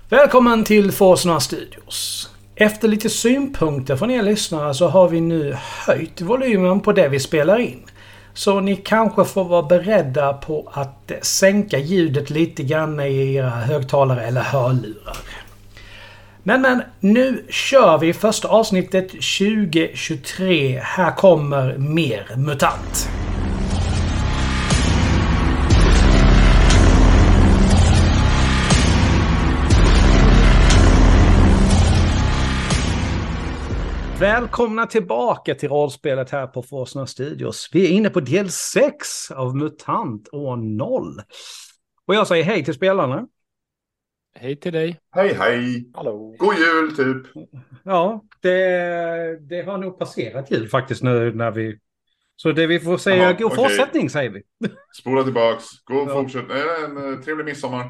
Välkommen till Forsna Studios. Efter lite synpunkter från er lyssnare så har vi nu höjt volymen på det vi spelar in. Så ni kanske får vara beredda på att sänka ljudet lite grann i era högtalare eller hörlurar. Men nu kör vi första avsnittet 2023. Här kommer mer MUTANT. Välkomna tillbaka till rollspelet här på Forsna Studios. Vi är inne på del 6 av MUTANT år 0. Och jag säger hej till spelarna. Hej till dig. Hej, hej. Hallå. God jul, typ. Ja, det har nog passerat jul faktiskt nu när vi... Så det vi får säga, god fortsättning säger vi. Spola tillbaks. God fortsätt. En trevlig midsommar.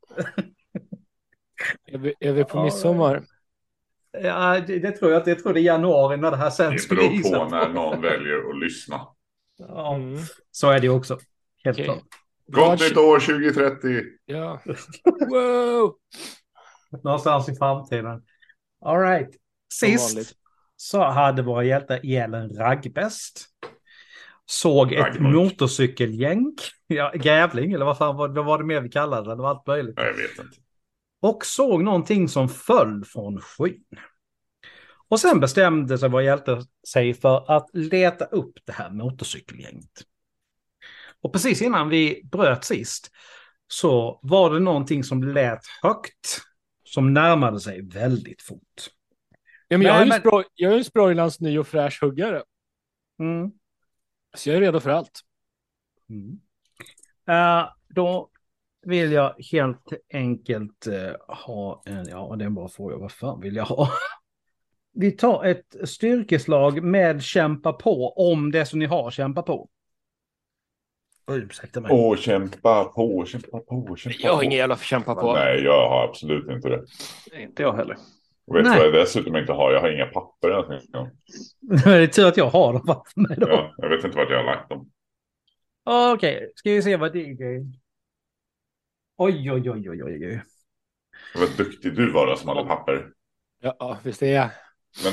Är vi på midsommar? Ja, det tror jag. Jag tror det är januari när det här sänds. Det beror på när någon väljer att lyssna. Ja, så är det också. Helt klart. Gott nytt år 2030. Ja. Wow! Någonstans i framtiden. All right. Sist så hade våra hjältar ihjäl en raggbäst. Såg ett motorcykelgäng. Ja, grävling, eller vad fan var det mer vi kallade det? Det var allt möjligt. Jag vet inte. Och såg någonting som föll från skyn. Och sen bestämde sig våra hjältar sig för att leta upp det här motorcykelgänget. Och precis innan vi bröt sist så var det någonting som lät högt. Som närmade sig väldigt fort. Ja, men jag är ju Sproilans ny och fräsch huggare. Mm. Så jag är redo för allt. Mm. Då vill jag helt enkelt ha en... Ja, det är en bra fråga. Vad fan vill jag ha? Vi tar ett styrkeslag med kämpa på om det som ni har kämpa på. Ursäkta mig. Kämpa på. Jag har ingen jävla för kämpa på. Nej, jag har absolut inte det. Inte jag heller. Och vet du vad jag dessutom inte har? Jag har inga papper. Det är tur att jag har dem med då. Ja, jag vet inte vart jag har lagt dem. Okej, ska vi se vad det är. Oj. Vad duktig du var då som hade papper. Ja, visst är jag. Men...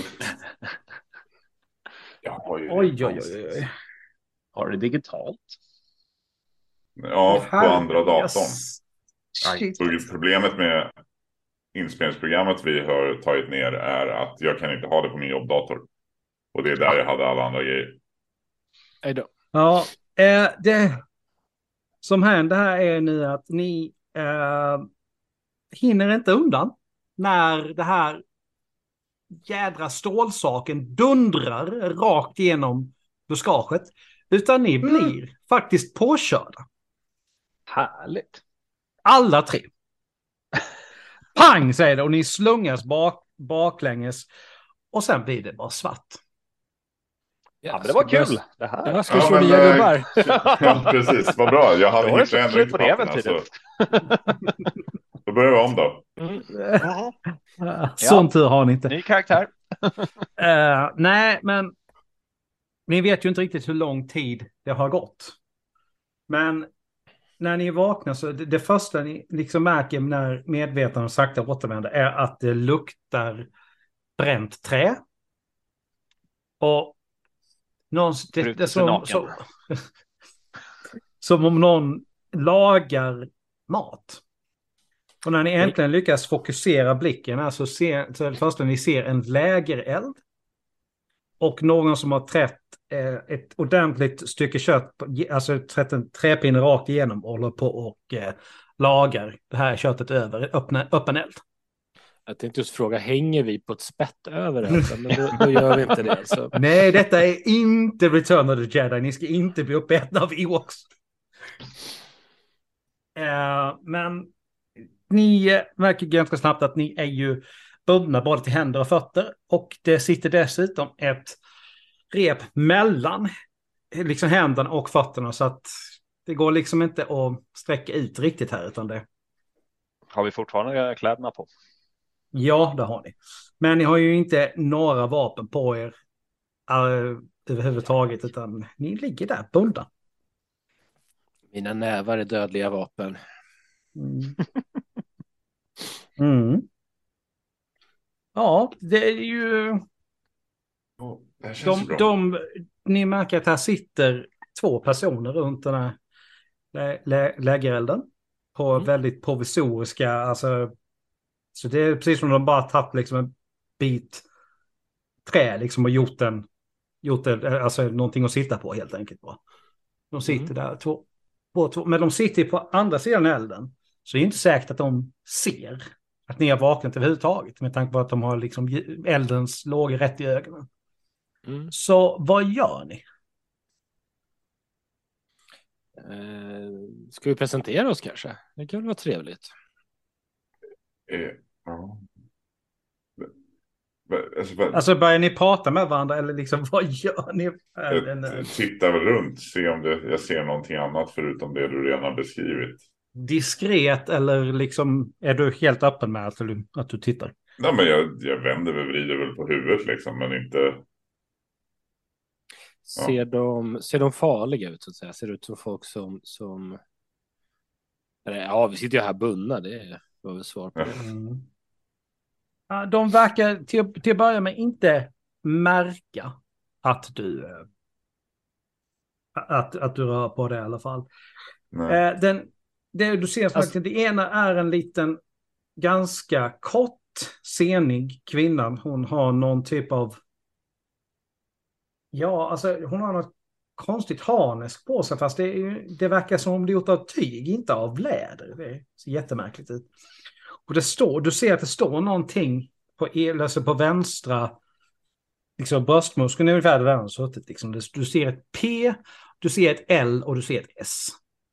Jag har ju Oj. Har du digitalt? Ja, på andra datorn. Shit. Och problemet med inspelningsprogrammet vi har tagit ner är att jag kan inte ha det på min jobbdator. Och det är där jag hade alla andra grejer. Hejdå. Ja, det som händer här är nu att ni hinner inte undan när det här jädra stålsaken dundrar rakt igenom buskaget. Utan ni blir faktiskt påkörda. Härligt. Alla tre. Pang säger det och ni slungas baklänges. Och sen blir det bara svart. Ja, men det var kul. Det här. Jag ska slå nya gubbar. Ja, precis. Vad bra. Jag hade hittat ändå inte papperna. Så... Då börjar vi om då. Sån tur har ni inte. Ny karaktär. Nej, men ni vet ju inte riktigt hur lång tid det har gått. Men när ni vaknar så det första ni liksom märker när medvetandet sakta återvänder är att det luktar bränt trä. Och någon, det som om någon lagar mat. Och när ni äntligen lyckas fokusera blicken här så är det första ni ser en lägereld. Och någon som har trätt ett ordentligt stycke kött, alltså trätt en träpinne rakt igenom och håller på och lagar det här köttet över öppen eld. Jag tänkte just fråga, hänger vi på ett spett över det? Men då gör vi inte det. Så. Nej, detta är inte Return of the Jedi. Ni ska inte bli uppätna av Ewoks. Men ni märker ganska snabbt att ni är ju bundna både till händer och fötter. Och det sitter dessutom ett rep mellan liksom händerna och fötterna. Så att det går liksom inte att sträcka ut riktigt här. Utan det... Har vi fortfarande kläderna på? Ja, det har ni. Men ni har ju inte några vapen på er överhuvudtaget. Utan ni ligger där bundna. Mina nävar är dödliga vapen. Ja, det är ju... Det här känns ju bra. Ni märker att här sitter 2 personer runt den här lägerelden. På väldigt provisoriska, alltså... Så det är precis som de bara tagit liksom en bit trä liksom och gjort alltså någonting att sitta på helt enkelt. Bara. De sitter där, men de sitter på andra sidan elden. Så det är inte säkert att de ser att ni har vaknat överhuvudtaget. Med tanke på att de har liksom eldens låga rätt i ögonen. Så vad gör ni? Ska vi presentera oss kanske? Det kan väl vara trevligt. Ja. Alltså börjar ni prata med varandra eller liksom vad gör ni? Jag tittar väl runt, se om jag ser någonting annat förutom det du redan har beskrivit. Diskret eller liksom är du helt öppen med att du tittar? Nej, men jag vänder och vrider väl på huvudet liksom, men inte... Ser de farliga ut så att säga? Ser det ut som folk som... Ja, vi sitter ju här bundna, det var väl svar på det. De verkar till att börja med inte märka att du rör på det i alla fall. Det du ser faktiskt, det ena är en liten ganska kort, senig kvinna. Hon har någon typ av hon har något konstigt harnesk på sig, fast det verkar som om det är gjort av tyg, inte av läder. Det ser jättemärkligt ut. Och du ser att det står någonting på vänstra liksom bröstmuskeln ungefär där den har suttit. Liksom. Du ser ett P, du ser ett L och du ser ett S.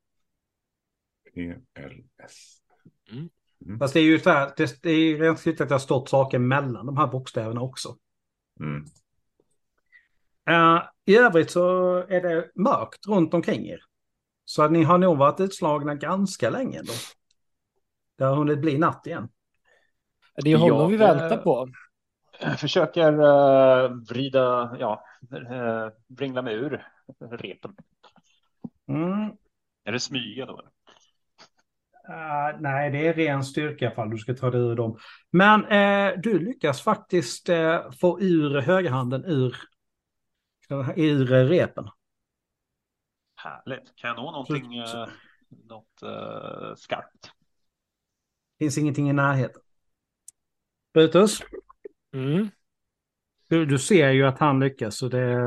P-L-S. Fast det är ju det är ju rent tydligt att det har stått saker mellan de här bokstäverna också. I övrigt så är det mörkt runt omkring er. Så att ni har nog varit utslagna ganska länge då. Det har hunnit bli natt igen. Det är honom vi väntar på. Jag försöker vringla mig ur repen. Är det smyga då? Nej, det är ren styrka ifall du ska ta dig ur dem. Men du lyckas faktiskt få ur högerhanden ur repen. Härligt. Kan jag nå någonting, något skarpt? Finns ingenting i närheten. Brutus? Du ser ju att han lyckas, så det...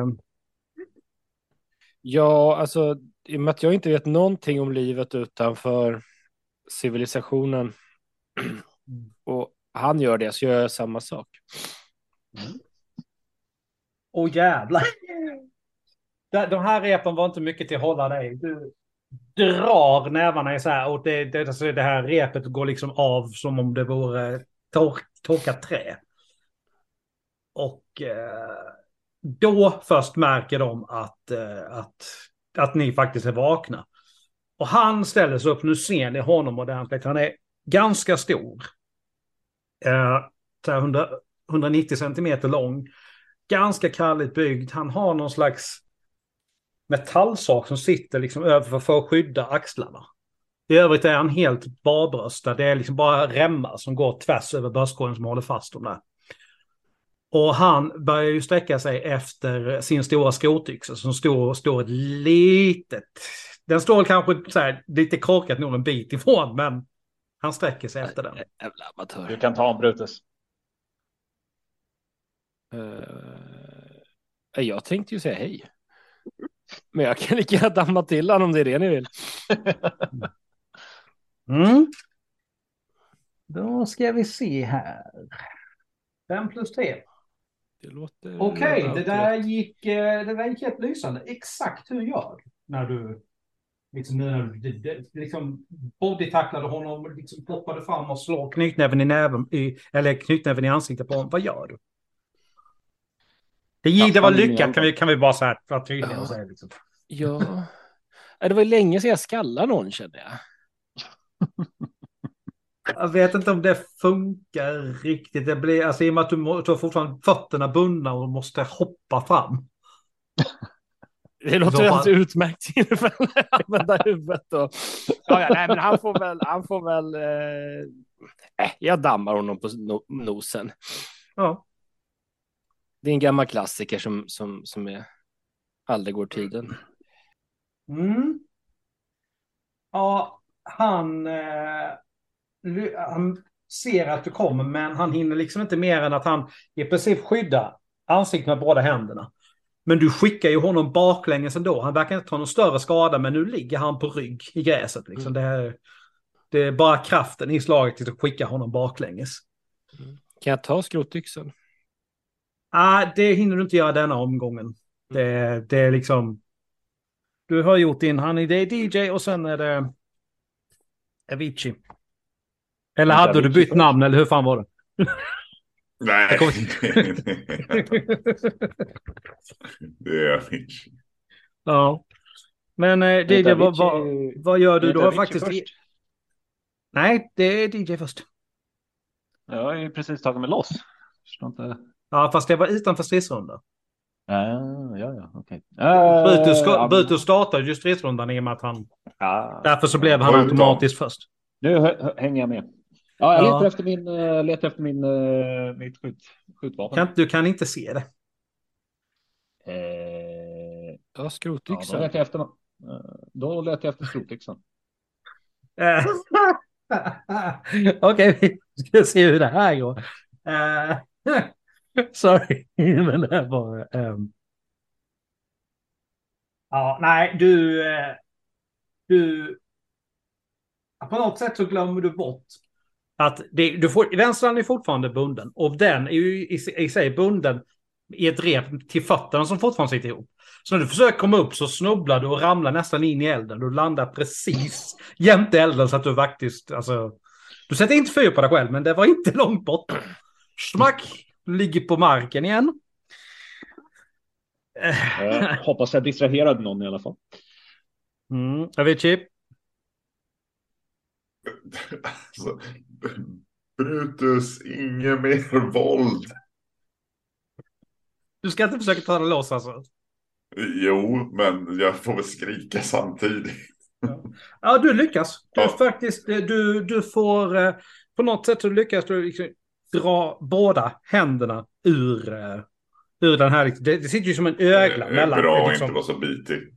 Ja, alltså i och med att jag inte vet någonting om livet utanför civilisationen och han gör det, så gör jag samma sak. Åh jävlar! De här repen var inte mycket till att hålla dig. Du drar nävarna i så här, och det här repet går liksom av som om det vore torkat trä. Och då först märker de att ni faktiskt är vakna. Och han ställer sig upp, nu ser ni honom ordentligt. Han är ganska stor. 190 centimeter lång. Ganska kalligt byggd. Han har någon slags metallsak som sitter liksom över för att skydda axlarna. I övrigt är han helt barbröstad. Det är liksom bara remmar som går tvärs över bröstkorgen som håller fast dem där. Och han börjar ju sträcka sig efter sin stora skotyxa som står ett litet... Den står kanske så här, lite korkat nog en bit ifrån, men han sträcker sig efter den. Jävla amatör. Du kan ta en Brutus. Jag tänkte ju säga hej. Men jag kan lika gärna damma till honom om det är det ni vill. Då ska vi se här. 5 + 3. Okej, det där gick helt lysande. Exakt hur gör du när du liksom bodytacklade honom, liksom ploppade fram och slår knytnäven i ansiktet på honom? Vad gör du? Det var lyckat, kan vi bara säga för att tydligen säga liksom. Ja. Det var länge sedan jag skallade någon, kände jag. Jag vet inte om det funkar riktigt. Det blir, alltså, i och med att du har fortfarande fötterna bundna och måste hoppa fram. Det låter helt utmärkt använda huvudet. Och... nej, men han får väl jag dammar honom på nosen. Ja. Det är en gammal klassiker som är aldrig går tiden. Mm. Ja, han ser att du kommer, men han hinner liksom inte mer än att han i princip skydda ansiktet med båda händerna. Men du skickar ju honom baklänges ändå. Han verkar inte ta någon större skada, men nu ligger han på rygg i gräset. Liksom. Det är bara kraften i slaget till att skicka honom baklänges. Kan jag ta skrotyxen? Det hinner du inte göra denna omgången. Det är liksom... Du har gjort din... Det är DJ och sen är det Avicii. Eller hade du bytt namn, eller hur fan var det? Nej, det är Avicii. Ja. Men DJ, vad gör du? Du har faktiskt... Först. Nej, det är DJ först. Jag har ju precis tagit mig loss. Förstår inte. Ja, fast det var utanför stridsrunda. Ja, okej. Brutus startade ju stridsrundan i och med att han... Därför så blev han Skjut automatiskt först. Nu hänger jag med. Ja, jag letar efter mitt skjutvapen. Du kan inte se det. Ja, skrotyxen. Då letar jag efter skrotyxan. Okej, vi ska se hur det här går. Sorry, men det här var... Ja, nej, du... På något sätt så glömmer du bort att vänstern är fortfarande bunden. Och den är ju i sig bunden i ett rep till fötterna som fortfarande sitter ihop. Så när du försöker komma upp så snubblar du och ramlar nästan in i elden. Du landar precis jämte elden så att du faktiskt... Alltså, du sätter inte fyr på dig själv, men det var inte långt bort. Smack! Du ligger på marken igen. Jag hoppas jag distraherade någon i alla fall. Avicii. Alltså, Brutus, inget mer våld. Du ska inte försöka ta det loss alltså. Jo, men jag får väl skrika samtidigt. Ja, du lyckas. Du får på något sätt så lyckas du liksom dra båda händerna ur den här. Det sitter ju som en ögla mellan. Det är bra att liksom. inte vara så bitig.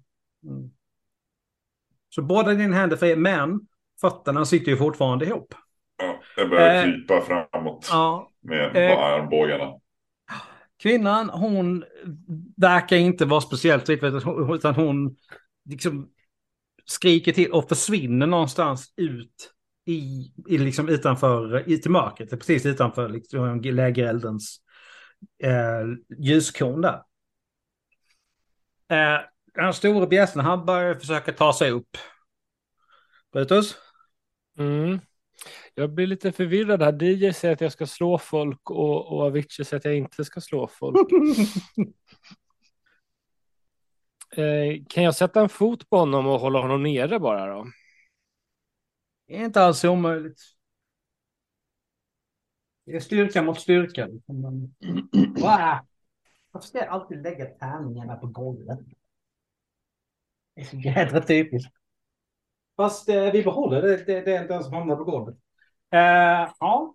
Så båda dina händer för men fötterna sitter ju fortfarande ihop. Ja, jag börjar krypa framåt med armbågarna. Kvinnan, hon verkar inte vara speciellt utan hon liksom skriker till och försvinner någonstans ut i liksom utanför till mörkret, precis utanför liksom lägereldens ljuskon där. Den stora bjässen, han börjar försöka ta sig upp. Brutus? Jag blir lite förvirrad här. DJ säger att jag ska slå folk och Avicii säger att jag inte ska slå folk. Kan jag sätta en fot på honom och hålla honom nere bara då? Det är inte alls omöjligt. Det är styrka mot styrka. Varför ska jag alltid lägga tärningarna på golvet? Det är så jädra typiskt. Fast vi behåller det. Det är inte ens som hamnar på golvet. Ja.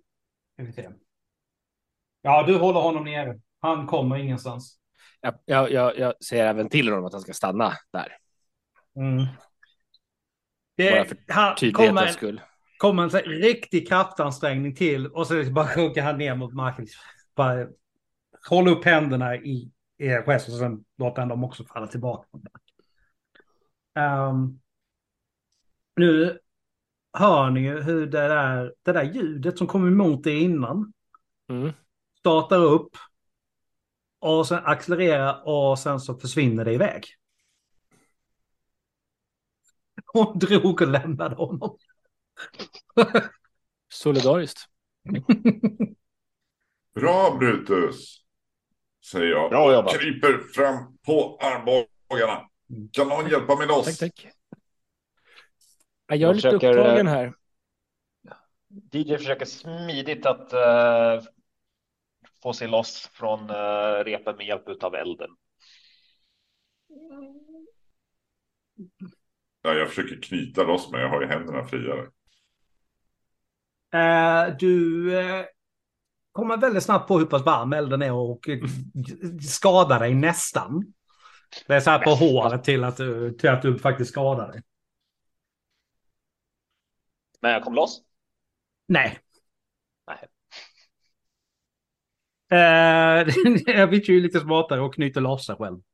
Ja, du håller honom nere. Han kommer ingenstans. Jag säger även till honom att han ska stanna där. Bara för tydlighetens skull. Kommer en riktig kraftansträngning till och så bara sjunker han ner mot marken. Bara hålla upp händerna i gest och sen låter han dem också falla tillbaka. Nu hör ni ju hur det där ljudet som kom emot er innan startar upp och sen accelererar och sen så försvinner det iväg. Hon drog och lämnade honom. Solidariskt. Bra Brutus, säger jag. Bra jobbat. Kryper fram på armbågarna. Kan någon hjälpa mig loss? Tack. Jag är lite upptagen här. DJ försöker smidigt att få sig loss från repen med hjälp av elden. Ja, jag försöker knyta loss mig. Jag har ju händerna friare. Du kommer väldigt snabbt på hur pass varm elden är och skadar dig nästan. Det är så här på håret till att du faktiskt skadar dig. Men jag kom loss. Nej. Nej. Jag vet ju lite smartare och knyter loss sig själv.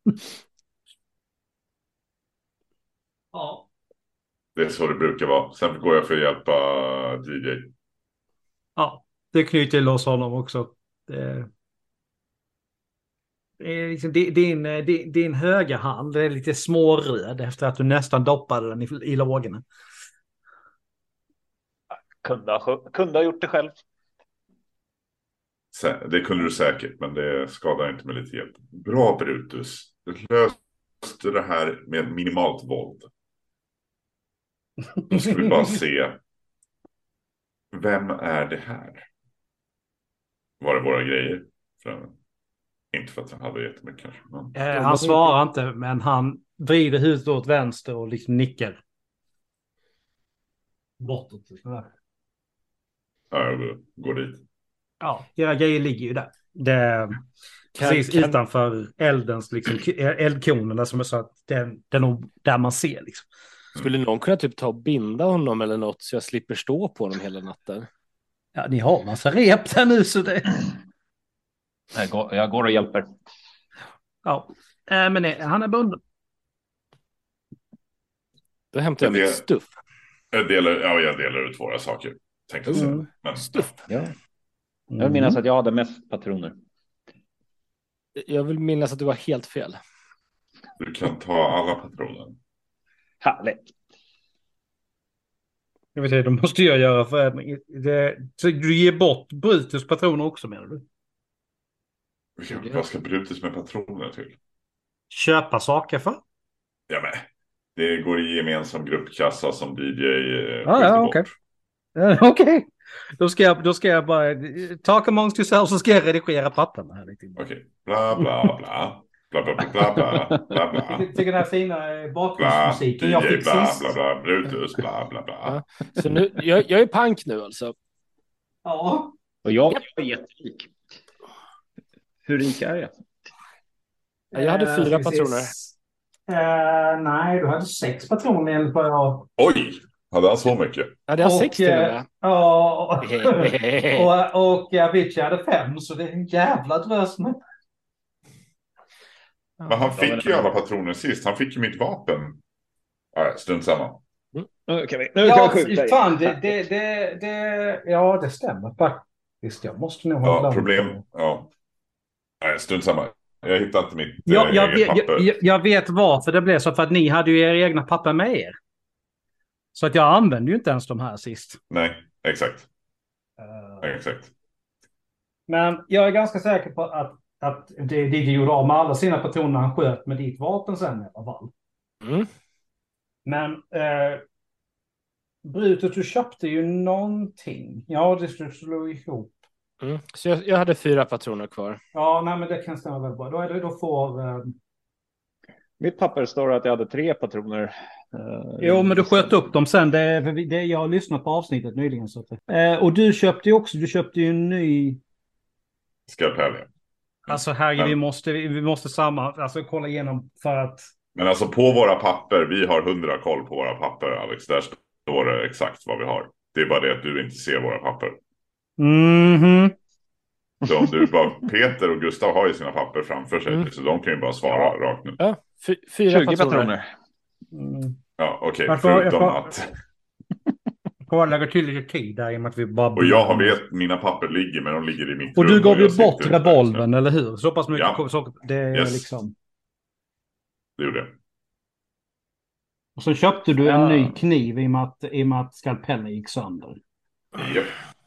Ja. Det är så det brukar vara. Sen går jag för att hjälpa DJ. Ja, det knyter loss honom också. Din höga hand är lite småröd efter att du nästan doppade den i lågorna. Kunde ha gjort det själv. Det kunde du säkert, men det skadar inte med lite hjälp. Bra Brutus. Du löste det här med minimalt våld. Då ska vi bara se. Vem är det här? Var det våra grejer? Inte för att han hade jättemycket kanske. Men... Han svarar inte, men han vrider huvudet åt vänster och liksom nickar. Bortåt. Ja, jag går dit. Ja, era grejer ligger ju där. Det är precis utanför eldens liksom, eldkonerna som är så att det är nog där man ser liksom. Skulle någon kunna typ ta och binda honom eller något så jag slipper stå på honom hela natten? Ja, ni har massa rep där nu så det... Jag går och hjälper. Ja, men nej, han är bunden. Då hämtar jag mitt stuff. Jag delar ut våra saker. Tänkte jag säga. Men... Stuff? Ja. Jag vill minnas att jag hade mest patroner. Jag vill minnas att du var helt fel. Du kan ta alla patroner. Härligt. Jag vet inte, då måste jag göra förändring. Så du ger bort Brutus patroner också, menar du? Vad ska Brutus med patroner till? Köpa saker för? Ja, men det går i gemensam gruppkassa som DJ okej. Okej. Då ska jag bara talk amongst yourselves så ska jag redigera papperna här lite. Okej. Bla bla bla. Bla bla bla bla bla bla. Tycker den här fina bakgrundsmusiken jag fick bla, sist. bla bla Brutus bla bla bla. Ja. Så nu, jag är pank nu alltså. Ja. Och jag är jätterik. Hur rik är jag? Jag hade 4 patroner. Nej, du hade 6 patroner enligt vad jag... Oj! Hade han så mycket? Ja, det har 6 till och med. Ja, och Avicii hade 5, så det är en jävla drös med. Men han fick ju alla patroner sist. Han fick ju mitt vapen. Strunt samma. Nu kan vi skjuta. Fan, det stämmer faktiskt. Jag måste nog ha problem. Ja. Nej, strunt samma. Jag hittar inte mitt papper. Jag vet varför det blev så. För att ni hade ju era egna papper med er. Så att jag använde ju inte ens de här sist. Nej, exakt. Exakt. Men jag är ganska säker på att det gjorde av med alla sina patroner han sköt med ditt vapen sen i alla fall. Mm. Men Brutus, du köpte ju någonting. Ja, det slog ihop. Mm. Så jag hade 4 patroner kvar. Ja, nej, men det kan stämma väl bra. Då får... Mitt papper står att jag hade 3 patroner. Jo, men du sköt upp dem sen. Jag har lyssnat på avsnittet nyligen. Så och du köpte ju en ny... Skalpell. Alltså vi måste kolla igenom för att... Men alltså på våra papper, vi har 100 koll på våra papper, Alex. Där står det exakt vad vi har. Det är bara det att du inte ser våra papper. Mhm. Så om du bara, Peter och Gustav har ju sina papper framför sig, så de kan ju bara svara rakt nu. Ja, 4 patroner. Ja, okej. Förutom att... Jag lägger till lite tid där i och med att vi bara... Och jag vet mina papper ligger, men de ligger i mitt och rum. Du gav ju bort revolven, eller hur? Så pass mycket. Ja. Så det är liksom... Det gjorde jag. Och så köpte du en ny kniv i och med att skalpellen gick sönder. Japp.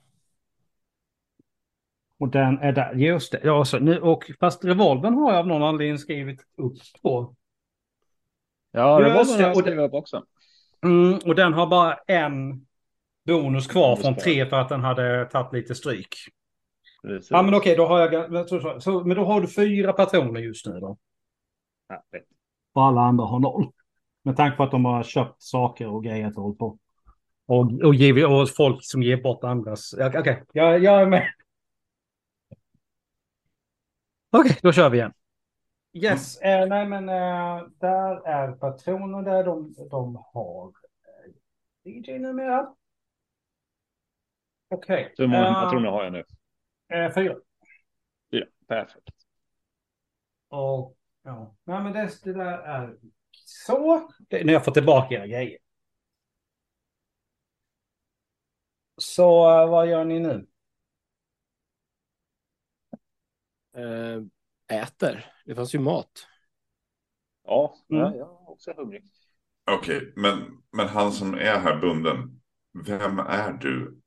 Och den är där, just det. Ja, så nu, och fast revolven har jag av någon anledning skrivit upp på. Ja, revolven har jag skrivit upp också. Och den har bara en bonus kvar från 3 för att den hade tagit lite stryk. Precis. Ja, men okej, då har jag... men då har du 4 patroner just nu då. Ja, och alla andra har 0. Med tanke på att de har köpt saker och grejer och hållit på. Och folk som ger bort andras. Okej, jag är med. Okej, då kör vi igen. Yes, nej men där är patroner där de har DJ numera. Okej. Så hur många patroner har jag nu? 4. 4. Perfekt. Och ja, nej men det där är så. Nu har jag fått tillbaka era grejer. Så vad gör ni nu? Äter. Det fanns ju mat. Ja, Mm. jag är också hungrig. Okej, men han som är här bunden, vem är du?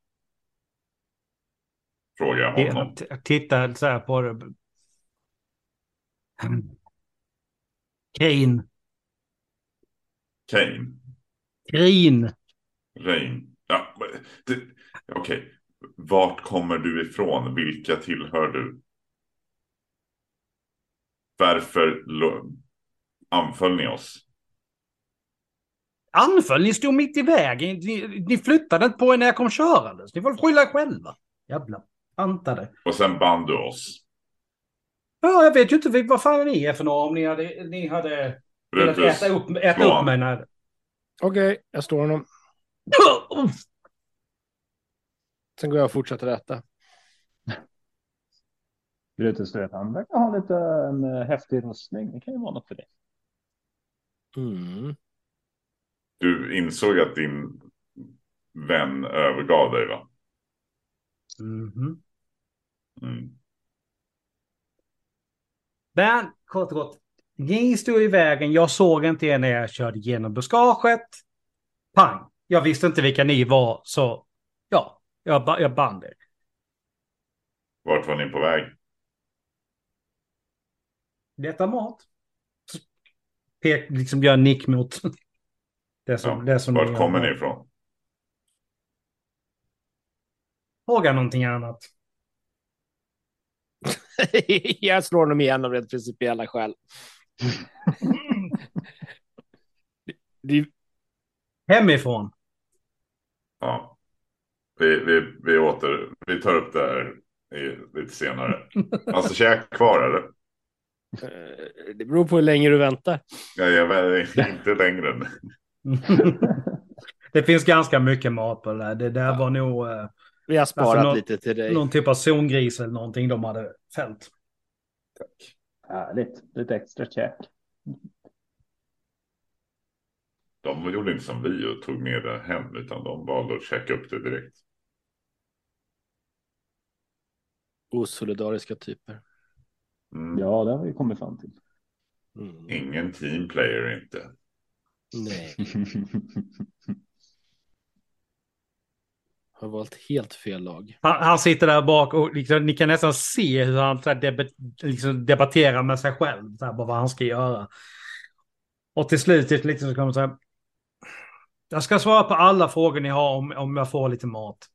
Frågar jag honom. Titta så här på det. Kane. Kane. Grin. Rain. Ja, okej. Vart kommer du ifrån? Vilka tillhör du? Varför anföll ni oss? Anföll, ni stod mitt i vägen. Ni flyttade inte på er när jag kom körandes. Ni får skylla er själva. Jävla antade. Och sen band du oss. Ja, jag vet ju inte vad fan ni är för några. Om ni hade velat Brutus, äta upp mig när... Okej, jag står honom. Sen går jag och fortsätter äta. Brutus, du vet, han verkar ha lite en häftig rustning. Det kan ju vara något för det. Mm. Du insåg att din vän övergav dig, va? Mhm. Mm. Men kort och gott. Ni stod i vägen. Jag såg inte er när jag körde igenom buskaget. Pang. Jag visste inte vilka ni var. Så ja, jag band er. Vart var ni på väg? Detta mat. Liksom gör nick mot det som Vart kommer ni ifrån? Fråga någonting annat. Jag slår honom igen av rent principiella skäl. Hemifrån. Ja. Vi tar upp det här lite senare. Alltså käk kvar, eller? Det beror på hur länge du väntar. Ja, jag vet inte längre än. Det finns ganska mycket mat på det där. Det där var nog... Vi har sparat någon, lite till dig. Någon typ av zongris eller någonting de hade fällt. Tack. Härligt. Lite extra käk. De gjorde inte som vi och tog med det hem, utan de valde att checka upp det direkt. Osolidariska typer. Mm. Ja, det har vi kommit fram till. Mm. Ingen teamplayer inte. Nej, har valt helt fel lag. Han sitter där bak och liksom, ni kan nästan se hur han så här, liksom debatterar med sig själv. Så här, vad han ska göra. Och till slut liksom, så kommer det så här. Jag ska svara på alla frågor ni har om jag får lite mat.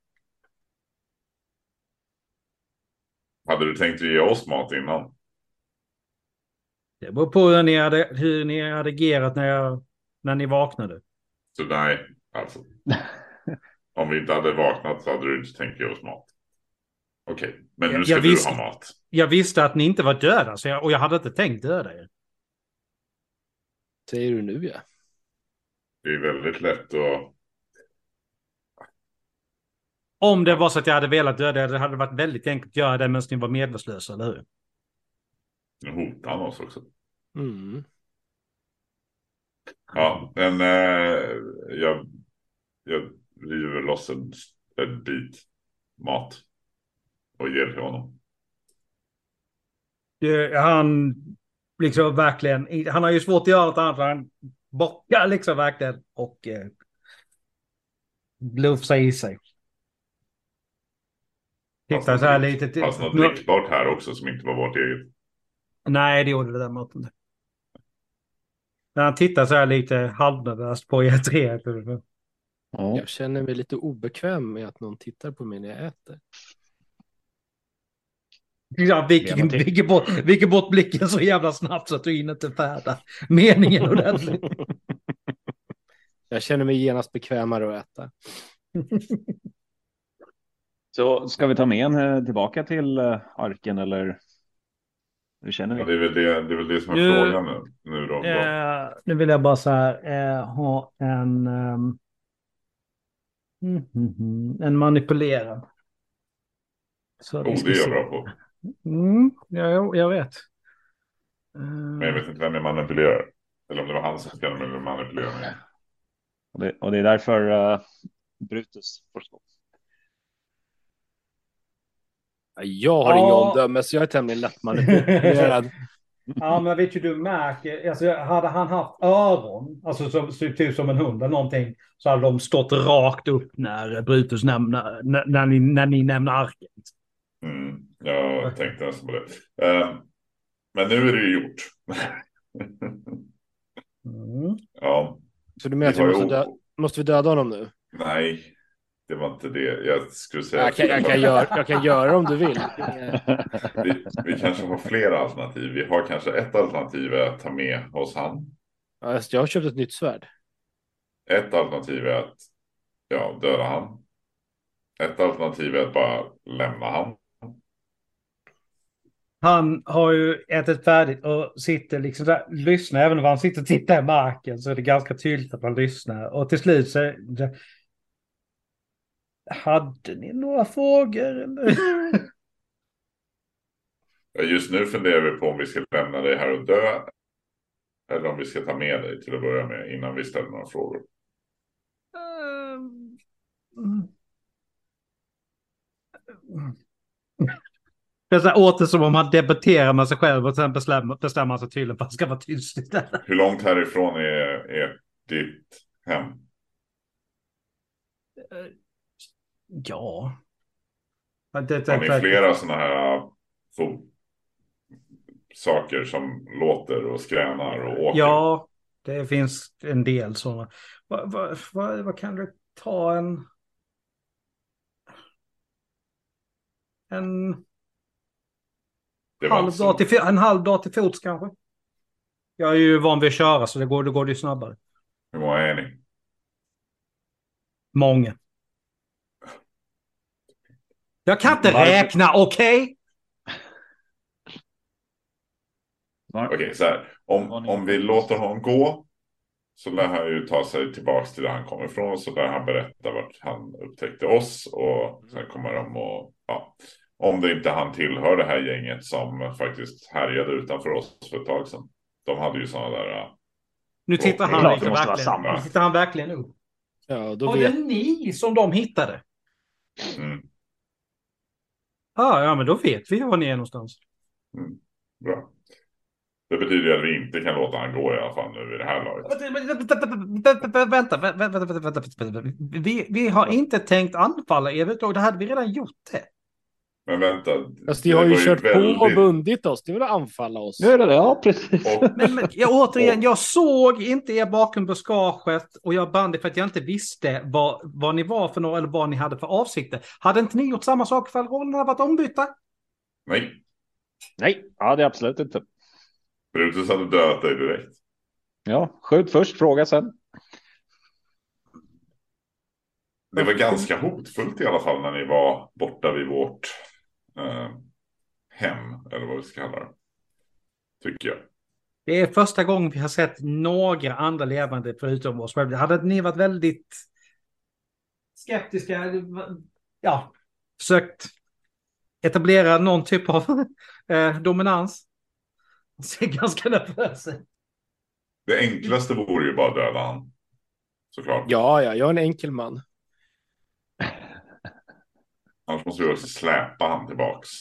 Hade du tänkt att ge oss mat innan? Det beror på hur ni hade agerat när ni vaknade. Så nej, alltså. Om vi inte hade vaknat så hade du inte tänkt ge oss mat. Okej, men nu ska du ha mat. Jag visste att ni inte var döda och jag hade inte tänkt döda er. Säger du nu, ja. Det är väldigt lätt att... Om det var så att jag hade velat döda er, det hade varit väldigt enkelt att göra det medan ni var medvetslösa, eller hur? Nu hotar han oss också. Mm. Ja, men jag river loss en bit mat och ger till honom. Han liksom verkligen, han har ju svårt att göra något annat, han bockar liksom verkligen och glufsar i sig. Tittar så här lite till. Fast något drickbart här också som inte var vårt eget. Nej, det gjorde det där maten. När han tittar så här lite halvnervöst på er tre. Ja. Jag känner mig lite obekväm med att någon tittar på mig när jag äter. Ja, vilket bort blicken så jävla snabbt så att du hinner inte färda meningen ordentligt. Jag känner mig genast bekvämare att äta. Så ska vi ta med en tillbaka till arken eller hur känner vi? Ja, det är väl det som är Nu- frågan nu då. Nu vill jag bara så här, ha en manipulerad. Så vi ska Det är jag se. bra på. Jag vet. Men jag vet inte vem jag manipulerar. Eller om det var han som ska manipulera mig. Och det är därför Brutus får stå. Jag har inga omdömen, så jag är tämligen lätt manipulerad. Ja, men vet ju, du märker, alltså, hade han haft öron, alltså som ser ut som en hund eller någonting, så hade de stått rakt upp när Brutus nämner, när ni nämner arken. Jag tänkte nästan på det. Men nu är det ju gjort. Ja. Så du menar att måste vi döda honom nu? Nej, det var inte det. Jag skulle säga... Jag kan göra om du vill. Vi kanske har flera alternativ. Vi har kanske ett alternativ att ta med hos han. Ja, jag har köpt ett nytt svärd. Ett alternativ är att döda han. Ett alternativ är att bara lämna han. Han har ju ätit färdigt och sitter liksom där, lyssnar, även om han sitter och tittar i marken så är det ganska tydligt att han lyssnar. Och till slut så... Hade ni några frågor? Eller? Just nu funderar vi på om vi ska lämna dig här och dö. Eller om vi ska ta med dig till att börja med innan vi ställer några frågor. Det är så här, åter som om man debatterar med sig själv och sen bestämmer man sig tydligen för att han ska vara tyst istället. Hur långt härifrån är ditt hem? Ja. Har ni flera sådana här saker som låter och skränar och åker? Ja, det finns en del sådana. Vad kan du ta en halv dag till fots kanske? Jag är ju van vid att köra så det går ju snabbare. Hur många är ni? Många. Jag kan inte räkna, okej? Okej, så här. Om vi låter honom gå så lär han ju ta sig tillbaka till där han kommer ifrån. Så där han berättar vart han upptäckte oss. Och sen kommer de och... Ja, om det inte han tillhör det här gänget som faktiskt härjade utanför oss för ett tag sedan. De hade ju sådana där... Nu tittar han verkligen upp. Ja, då var det ni som de hittade? Ja, men då vet vi var ni är någonstans. Bra. Det betyder ju att vi inte kan låta han gå i alla fall nu i det här laget. Vänta. Vi har inte tänkt anfalla er, och det hade vi redan gjort det. Men vänta. Alltså, de har ju kört på och bundit oss. Det vill anfalla oss. Nu är det, ja precis. Men jag såg inte er bakom buskaget och jag band det för att jag inte visste vad ni var för några eller vad ni hade för avsikter. Hade inte ni gjort samma sak för rollerna varit ombytta? Nej, ja det är absolut inte. Brutus hade dödat dig direkt. Ja, skjut först, fråga sen. Det var ganska hotfullt i alla fall när ni var borta vid vårt hem, eller vad vi ska kalla det. Tycker jag. Det är första gången vi har sett några andra levande förutom oss. Hade ni varit väldigt skeptiska, försökt etablera någon typ av dominans? Jag ser ganska nervös. Det enklaste vore ju bara döda han. Såklart. Ja, jag är en enkel man. Annars måste vi också släpa han tillbaks.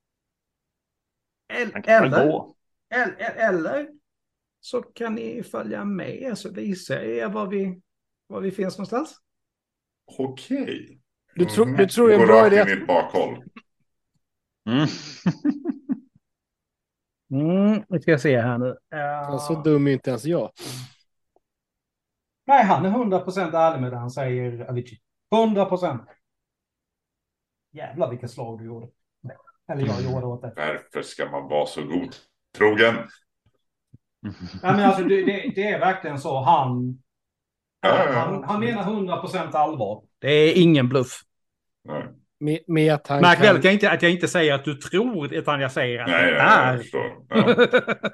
Eller så kan ni följa med så visar jag var vi finns någonstans. Okej. Du tror det är en bra idé? Gå rakt in i ett bakhåll. Vi ska se här nu. Så dum är inte ens jag. Nej, han är 100% ärlig med det han säger, Avicii. 100%. Jävlar vilka slag du gjorde. Eller jag gjorde åt det. Varför ska man vara så godtrogen? Ja, men alltså, det är verkligen så. Han menar 100% allvar. Det är ingen bluff. Nej, Med att han Märk väl kan... att jag inte säger att du tror, utan jag säger att nej, det jag är. förstår. Ja.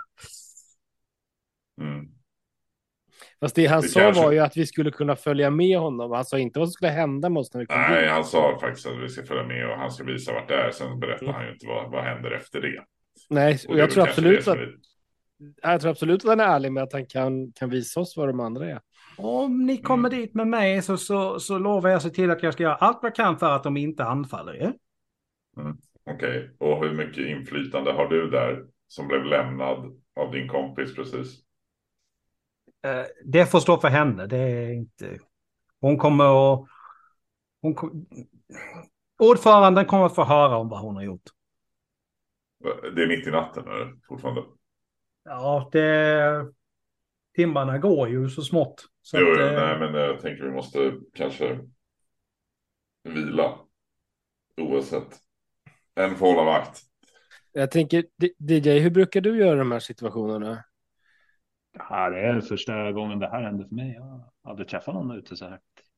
Mm. Fast det han Det sa kanske- var ju att vi skulle kunna följa med honom. Han sa inte vad som skulle hända med oss när vi kom Nej, dit. han sa faktiskt att vi ska följa med och han ska visa vart det är. Sen berättar han ju inte vad händer efter det. Nej, Och och det är jag väl tror kanske absolut det som att är- jag tror absolut att han är ärlig med att han kan visa oss vad de andra är. Om ni kommer dit med mig så lovar jag se till att jag ska göra allt jag kan för att de inte anfaller er. Okej, och hur mycket inflytande har du där som blev lämnad av din kompis precis? Det får stå för henne. Det är inte... Hon kommer att... Ordföranden kommer att få höra om vad hon har gjort. Det är mitt i natten eller? Fortfarande. Ja, timmarna går ju så smått. Så Jo, att, nej, men jag tänker vi måste kanske vila. Oavsett. En får hålla vakt. Jag tänker, DJ, hur brukar du göra i de här situationerna? Ja, det är första gången det här hände för mig. Jag har aldrig träffat någon ute så här.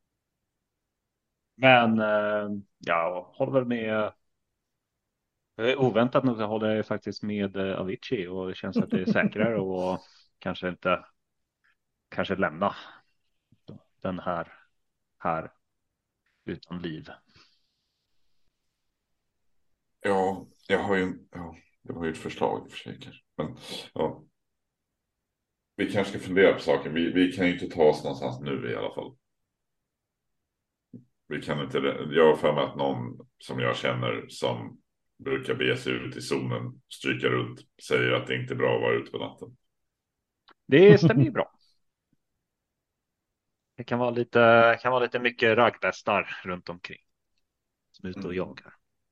Men jag håller väl med. Oväntat nog så håller jag faktiskt med Avicii och det känns att det är säkrare och kanske lämna den här utan liv. Ja, jag har ju det var ju ett förslag för sig kanske. Men ja. Vi kanske ska fundera på saken. Vi kan ju inte ta oss någonstans nu i alla fall. Vi kan inte. Jag har för mig att någon som jag känner som brukar bege sig ut i zonen, stryka runt, säger att det inte är bra att vara ute på natten. Det stämmer ju bra. Det kan vara lite mycket raggvästar runt omkring. Som är ute och jagar.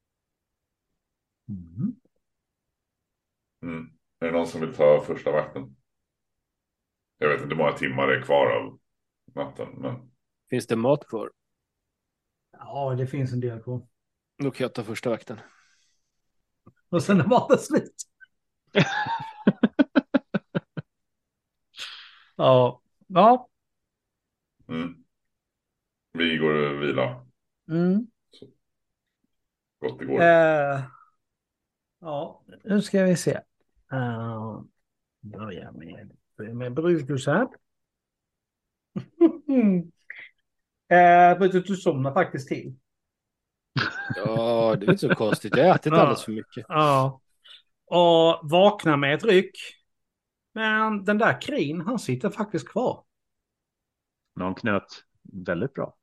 Är det någon som vill ta första vakten? Jag vet inte hur många timmar det är kvar av natten. Men... Finns det mat kvar? ja, det finns en del kvar. Då kan jag ta första vakten. Och sen är maten slut. Ja. Ja. Vi går och vilar. Så. Gott det går. Ja, nu ska vi se. Börja med Brutus här. Du somnar faktiskt till. Ja, det är inte så konstigt. Jag har ätit alldeles för mycket. Ja. Och vaknar med ett ryck. Men den där Krin, han sitter faktiskt kvar. Någon knöt väldigt bra.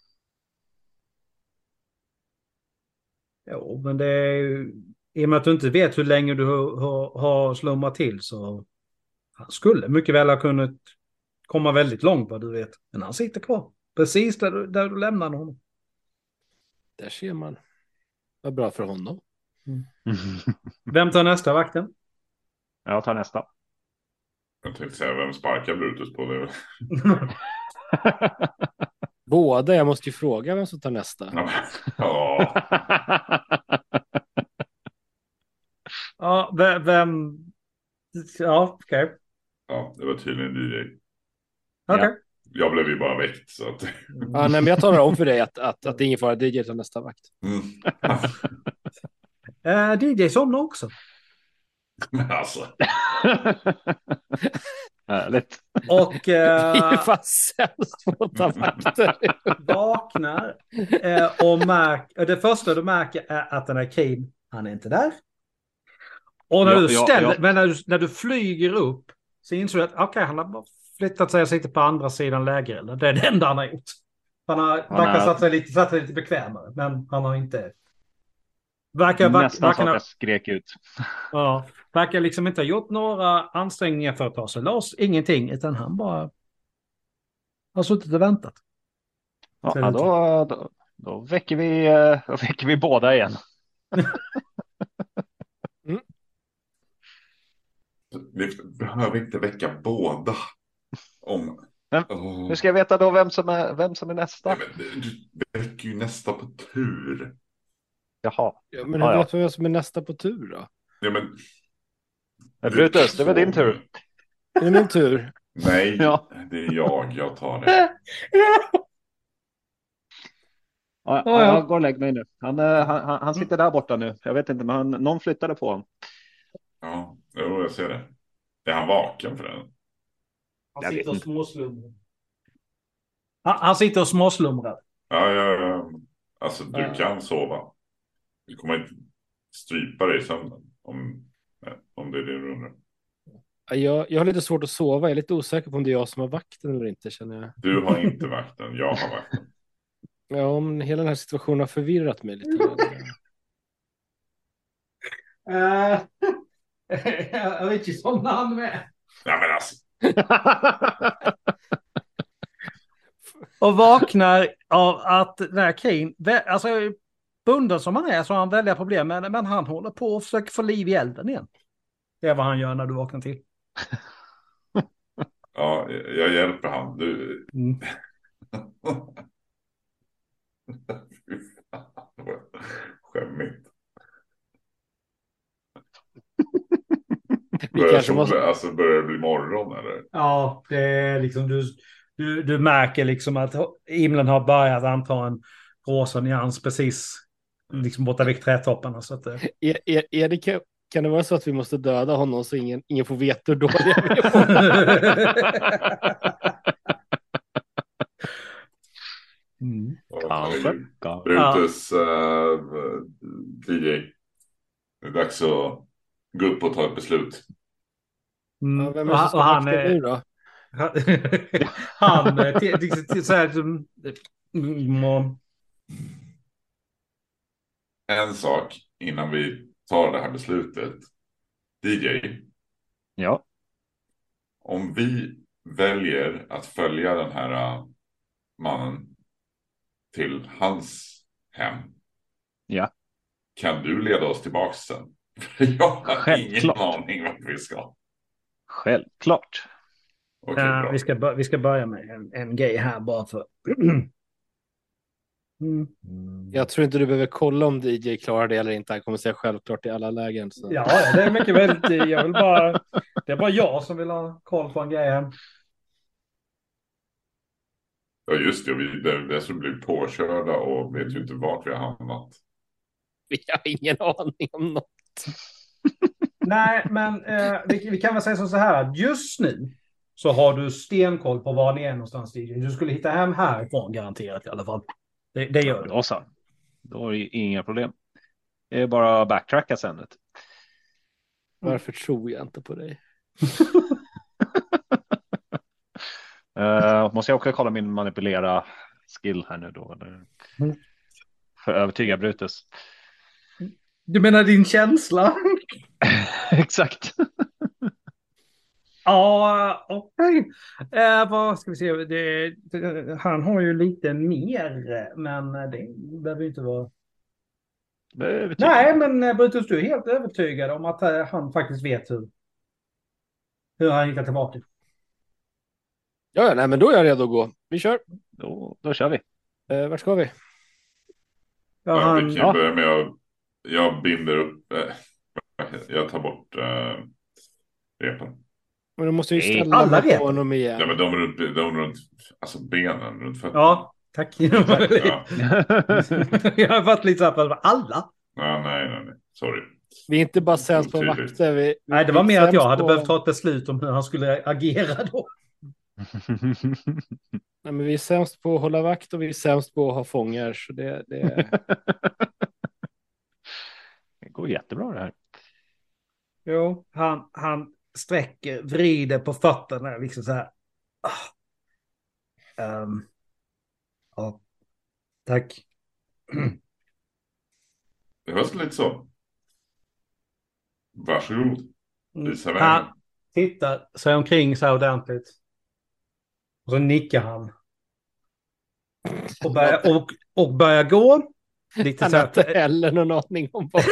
Jo, men det är ju... I och med att du inte vet hur länge du har slumrat till så... Han skulle mycket väl ha kunnat komma väldigt långt vad du vet. Men han sitter kvar. Precis där du lämnade honom. Där ser man. Vad bra för honom. Vem tar nästa vakten? Jag tar nästa. Jag tänkte säga vem sparkar Brutus på det. Båda, jag måste ju fråga vem som tar nästa. Ja. Ja, vem... Ja, okej. Ja, det var tydligen DJ. Okej. Jag blev ju bara väckt så att... Ja, nej, men jag talar om för dig att det är ingen fara. DJ tar nästa vakt. DJ somnar också. Alltså. Härligt. Och Det är ju fan sämst på att ta vakter. vaknar och märker... Det första du märker är att den här Krin, han är inte där. Och när du flyger upp så inser du att okej, han har bara flyttat sig och sitter på andra sidan lägerelden. Det är det enda han har gjort. Han verkar satt sig lite bekvämare, men han har inte... Nästan så att jag skrek ut. Ja, verkar liksom inte ha gjort några ansträngningar för att ta sig loss. Ingenting, utan han bara har suttit och väntat. Ja, då väcker vi båda igen. Vi behöver inte väcka båda. Hur ska jag veta då vem som är nästa? Nej, men du väcker ju nästa på tur. Jaha. Ja, men hur vet du vem som är nästa på tur då? Ja, men... Brutus, det var din tur. Är det min tur? Nej, Ja. det är jag tar det. Ja, Ja, ja. jag går och lägger mig nu. Han sitter där borta nu. Jag vet inte, men någon flyttade på honom. Ja, jo, jag ser det. Är han vaken för den? Han Jag sitter vet och inte. småslumrar. Han sitter och småslumrar. Ja. Alltså, du kan sova. Du kommer inte strypa dig i sömnen. Om det är det du undrar. Jag har lite svårt att sova. Jag är lite osäker på om det är jag som har vakten eller inte, känner jag. Du har inte vakten, jag har vakten. Ja, men hela den här situationen har förvirrat mig lite grann. Jag vet inte om han med. Ja, men alltså. Och vaknar av att den här Kane, alltså bunden som han är så har han väldiga problem, men han håller på och försöker få liv i elden igen. Det är vad han gör när du vaknar till. Ja, jag hjälper han. Du... Mm. Fy fan, vad skämmigt. Börjar det bli morgon eller? Ja, det är liksom du märker liksom att himlen har börjat anta en rosa nyans precis liksom borta vid trädtopparna. Så att, Kan det vara så att vi måste döda honom så ingen får veta hur dålig jag är? Brutus DJ. Det är dags att gå upp och ta ett beslut. Vem är det som ska vakta nu då? Han så här, en sak innan vi tar det här beslutet. DJ. Ja. Om vi väljer att följa den här mannen till hans hem. Ja. Kan du leda oss tillbaka sen? Jag har ingen aning vart vi ska. Självklart. Okay, vi ska börja med en grej här bara för... Jag tror inte du behöver kolla om DJ klarar det eller inte. Han kommer säga självklart i alla lägen. Så. Ja, det är mycket väldigt... det är bara jag som vill ha koll på en grej här. Ja, just det. Vi som blir påkörda och vet ju inte vart vi har hamnat. Vi har ingen aning om något. Nej, men vi kan väl säga så här. Just nu så har du stenkoll på var ni är någonstans, DJ. Du skulle hitta hem härifrån garanterat i alla fall. Det gör du. Då så. Då är det inga problem. Det är bara att backtracka sen. Varför tror jag inte på dig? Måste jag också kolla min manipulera skill här nu då? Eller? För att övertyga Brutus. Du menar din känsla? Exakt. Ja, okej. Vad ska vi se? Han har ju lite mer, men det behöver ju inte vara... Nej, men Brutus, du är helt övertygad om att han faktiskt vet hur han hittar tillbaka. Ja, nej, men då är jag redo att gå. Vi kör. Då kör vi. Var ska vi? Vi kan börja med att jag binder upp. Jag tar bort repen. Men då måste vi ställa alla på honom igen. Ja, men de runt alltså benen runt fötterna. Ja, tack. Ja. Jag har varit lite så här för alla. Ja, nej. Sorry. Vi är inte bara sämst på vakter. Nej, det var mer att jag hade behövt ta ett beslut om hur han skulle agera då. Nej, men vi är sämst på att hålla vakt och vi är sämst på att ha fångar. Så det... Det går jättebra det här. Jo, han vrider på fötterna liksom så här. Ja, tack. Det hörs lite så. Varsågod. Visa vägen. Han tittar sig omkring så här ordentligt. Och så nickar han. Och börjar gå. Lite han har inte heller någon aning om vad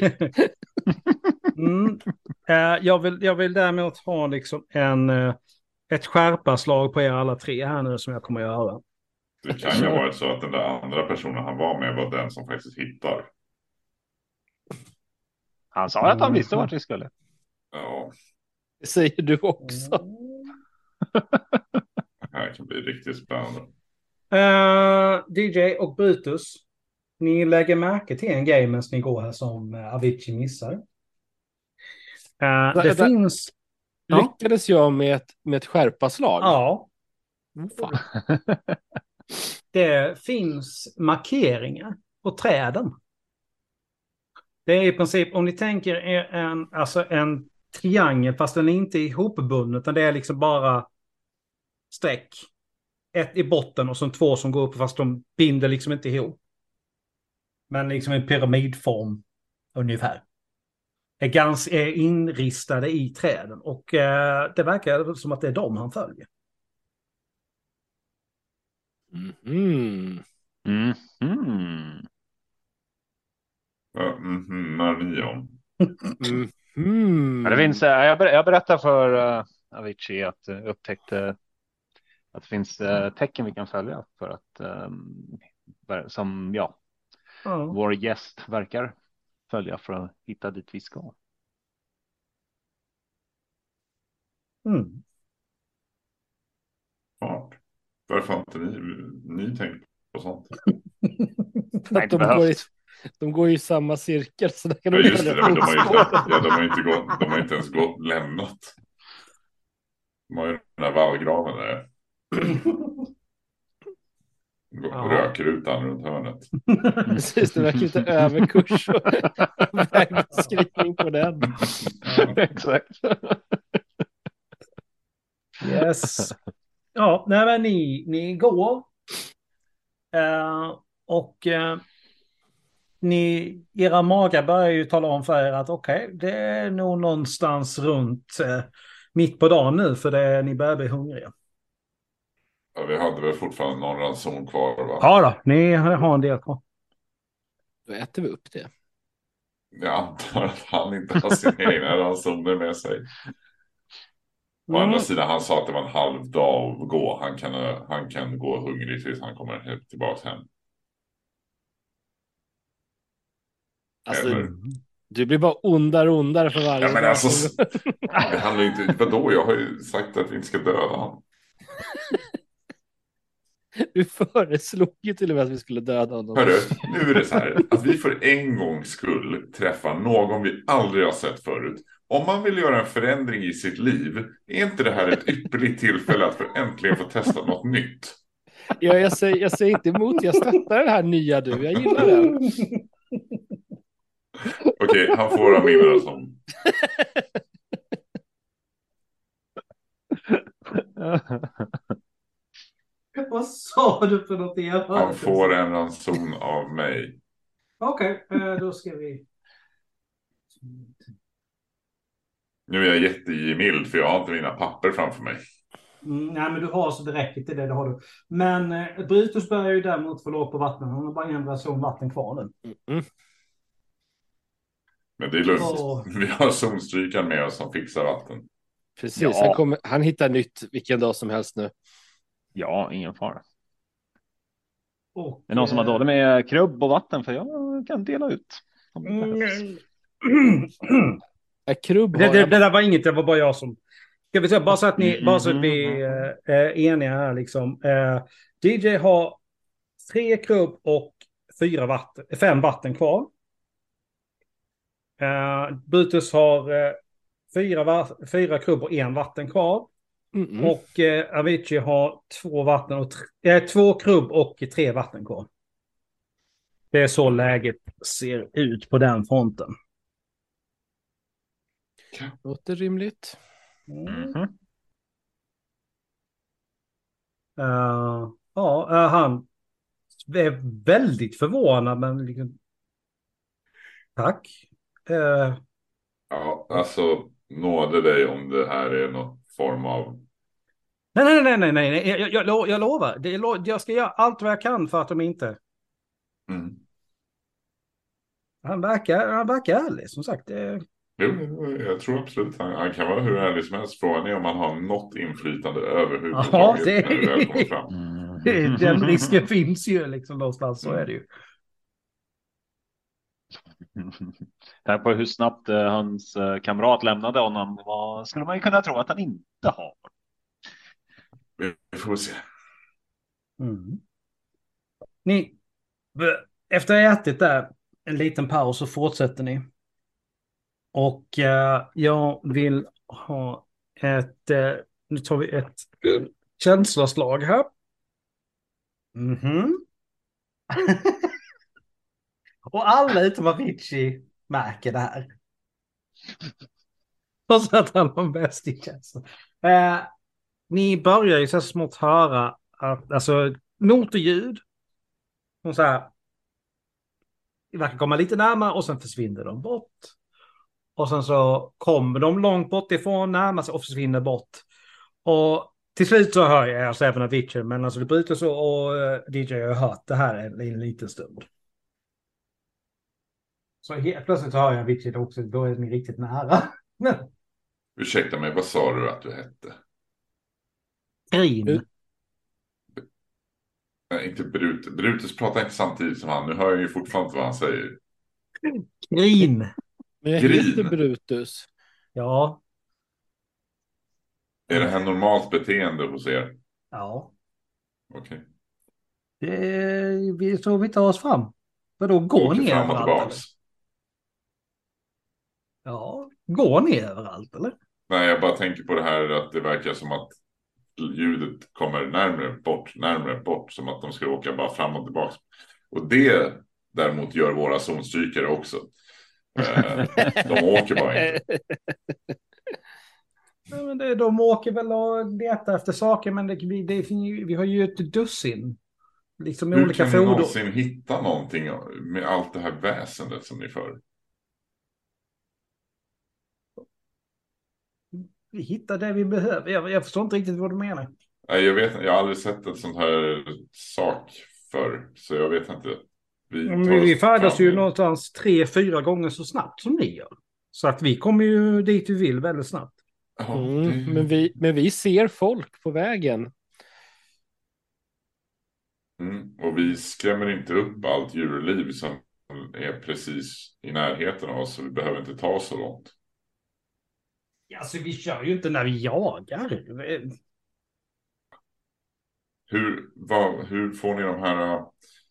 jag vill däremot ha liksom ett skärparslag på er alla tre här nu som jag kommer att göra. Det kan ju ha varit så att den där andra personen han var med var den som faktiskt hittar. Han sa att han visste vart vi skulle. Ja. Det säger du också. Det här kan bli riktigt spännande. DJ och Brutus. Ni lägger märke till en grej medan ni går här som Avicii missar. Det finns... Ja. Lyckades jag med ett skärpaslag? Ja. Fan. Det finns markeringar på träden. Det är i princip, om ni tänker en triangel, fast den är inte ihopbunden, utan det är liksom bara streck. Ett i botten och så 2 som går upp, fast de binder liksom inte ihop. Men liksom en pyramidform ungefär. Är inristade i träden. Och det verkar som att det är dem han följer. Marion. Ja, det finns, jag berättar för Avicii att upptäckte att det finns tecken vi kan följa för att som vår gäst verkar följa för att hitta dit vi ska. Smart. Varför har inte ni tänkt på sånt? Att de går i samma cirkel. Så där kan Just det, men de har inte ens lämnat. De har ju den här vallgraven där. Röker ut den runt hörnet. Precis, det verkar lite överkurs och vägbeskrivning på den. Exakt. Yes. Ja, nej, men ni går. Och era magar börjar ju tala om för er att okej, det är nog någonstans runt mitt på dagen nu, för ni börjar bli hungriga. Ja, vi hade väl fortfarande någon ranson kvar, va? Ja då, ni har en del kvar. Då äter vi upp det. Jag antar att han inte har sina egna ransoner med sig. Å andra sidan, han sa att det var en halv dag att gå. Han kan gå hungrig tills han kommer tillbaka hem. Alltså, du blir bara ondare för varje dag. Men alltså, det handlar inte... Vadå? Jag har ju sagt att vi inte ska döda honom. Du föreslog ju till och med att vi skulle döda honom. Hörru, nu är det så här att vi för en gångs skull träffar någon vi aldrig har sett förut. Om man vill göra en förändring i sitt liv, är inte det här ett ypperligt tillfälle att äntligen få testa något nytt? Ja, jag säger inte emot. Jag stöttar det här nya du. Jag gillar det. Okej, han får av mina som... Vad sa du för något? Han får en ranson av mig. Okej, då ska vi... Nu är jag jättemild för jag har inte mina papper framför mig. Nej, men du har så det räcker till det har du. Men Brutus börjar ju däremot få låg på vattnet. Han har bara en ranson vatten kvar nu. Men det är lugnt. Vi har zonstrykan med oss som fixar vatten. Precis, ja. Han hittar nytt vilken dag som helst nu. Ja, ingen fara. Det är någon som har dåligt med krubb och vatten, för jag kan dela ut. Krubb det där var inget, det var bara jag som... Ska vi säga, bara så att vi är eniga här liksom. DJ har 3 krubb och 5 vatten kvar. Brutus har 4 krubb och 1 vatten kvar. Och Avicii har 2 krubb och 3 vatten kvar. Det är så läget ser ut på den fronten. Låter rimligt. Han är väldigt förvånad, men liksom... Tack. Ja, alltså nåde dig om det här är någon form av... Nej. Jag lovar. Jag ska göra allt vad jag kan för att de inte... Han verkar ärlig, som sagt. Jo, jag tror absolut. Han kan vara hur ärlig som helst. Frågan är om han har något inflytande överhuvudtaget när det väl kommer fram. Den risken finns ju liksom någonstans, så är det ju. Där på hur snabbt hans kamrat lämnade honom skulle man ju kunna tro att han inte har. Vi får se. Ni, efter att ha ätit där en liten paus så fortsätter ni. Och jag vill ha nu tar vi ett känsloslag här. Mhm. Och alla utom Avicii märker det här. Trots att han har bäst i känslan. Ni börjar ju så smått höra att, alltså, motorljud. Och så här. Det verkar komma lite närmare och sen försvinner de bort. Och sen så kommer de långt bort ifrån, närmar sig och försvinner bort. Och till slut så hör jag alltså även Avicii, men alltså det bryter så och DJ har hört det här en liten stund. Så helt plötsligt hör jag Avicii också, då är ni riktigt nära. Ursäkta mig, vad sa du att du hette? Grin. Nej, inte Brutus. Brutus pratar inte samtidigt som han. Nu hör jag ju fortfarande inte vad han säger. Grin. Men jag Grin. heter Brutus. Ja. Är det här normalt beteende hos er? Ja. Okej. Vi så vi tar oss fram. Vadå, går Åker ni fram och överallt tillbaks. eller? Ja, går ni överallt eller? Nej, jag bara tänker på det här att det verkar som att ljudet kommer närmare bort. Som att de ska åka bara fram och tillbaks. Och det däremot gör våra zonstrykare också. De åker bara inte. Ja, men de åker väl och letar efter saker, men vi har ju ett dussin. Liksom med Hur olika kan ni fordon. någonsin hitta någonting med allt det här väsendet som ni för? Vi hittar det vi behöver. Jag förstår inte riktigt vad du menar. Nej, jag vet, jag har aldrig sett ett sånt här sak förr. Så jag vet inte. Vi färdas ju någonstans 3-4 gånger så snabbt som ni gör. Så att vi kommer ju dit vi vill väldigt snabbt. Men vi ser folk på vägen. Och vi skrämmer inte upp allt djurliv som är precis i närheten av oss. Så vi behöver inte ta så långt. Alltså vi kör ju inte när vi jagar. Hur får ni de här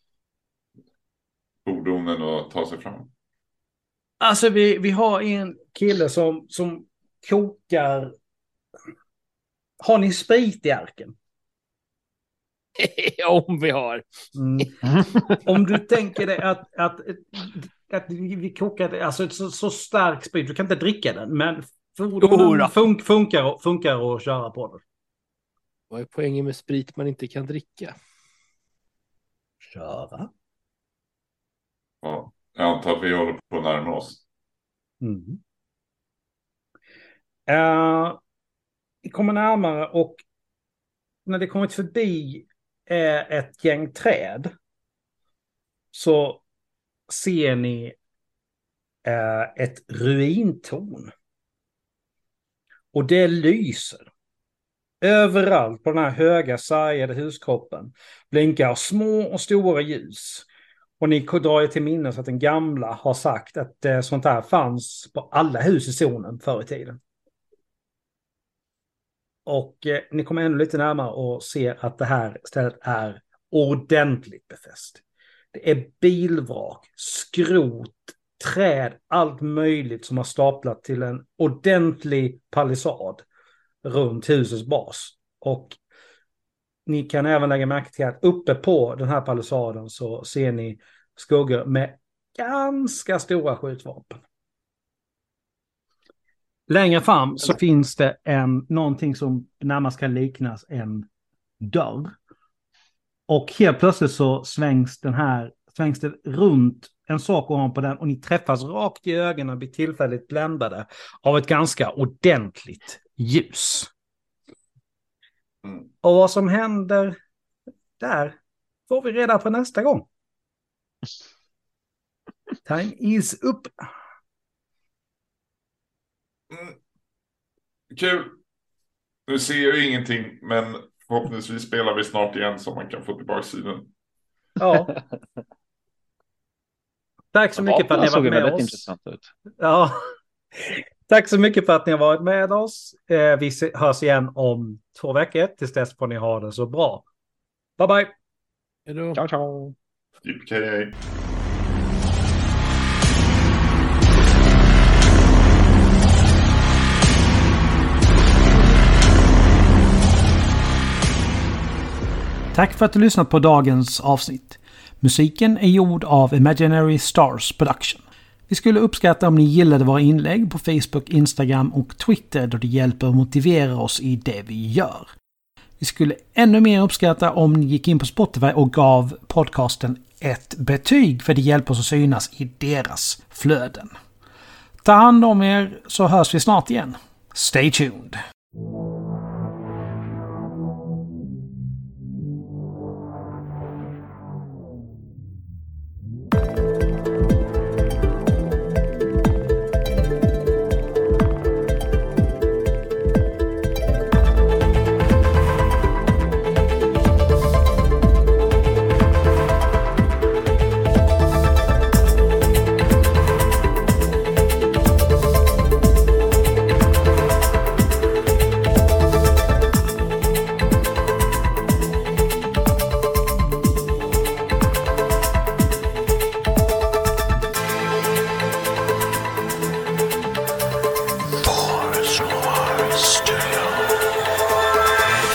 fordonen att ta sig fram? Alltså vi har en kille som kokar. Har ni sprit i arken? Om vi har. Om du tänker dig att vi kokar alltså så stark sprit, du kan inte dricka den, men funkar att köra på den. Vad är poängen med sprit man inte kan dricka? Köra. Ja, jag antar att vi håller på att närma oss. Vi kommer närmare och när det kommit förbi ett gäng träd så ser ni ett ruintorn. Och det lyser. Överallt på den här höga sargade huskroppen blinkar små och stora ljus. Och ni drar er till minnes att den gamla har sagt att sånt här fanns på alla hus i zonen förr i tiden. Och ni kommer ännu lite närmare och ser att det här stället är ordentligt befäst. Det är bilvrak, skrot, träd, allt möjligt som har staplat till en ordentlig palissad runt husets bas. Och ni kan även lägga märke till att uppe på den här palissaden så ser ni skuggor med ganska stora skjutvapen. Längre fram så finns det någonting som närmast kan liknas en dörr. Och helt plötsligt så svängs det runt en sak ovanpå den och ni träffas rakt i ögonen och blir tillfälligt bländade av ett ganska ordentligt ljus. Och vad som händer där får vi reda på nästa gång. Time is up. Kul. Nu ser jag ju ingenting, men förhoppningsvis spelar vi snart igen så man kan få tillbaka synen. Ja. Tack så mycket för att ni har varit med oss. Intressant ut. Ja. Tack så mycket för att ni har varit med oss. Vi hörs igen om 2 veckor. Tills dess får ni ha det så bra. Bye bye. Hejdå. Ciao, ciao. Yippee-ki-yay. Tack för att du lyssnat på dagens avsnitt. Musiken är gjord av Imaginary Stars Production. Vi skulle uppskatta om ni gillade våra inlägg på Facebook, Instagram och Twitter då det hjälper att motivera oss i det vi gör. Vi skulle ännu mer uppskatta om ni gick in på Spotify och gav podcasten ett betyg för det hjälper oss att synas i deras flöden. Ta hand om er så hörs vi snart igen. Stay tuned!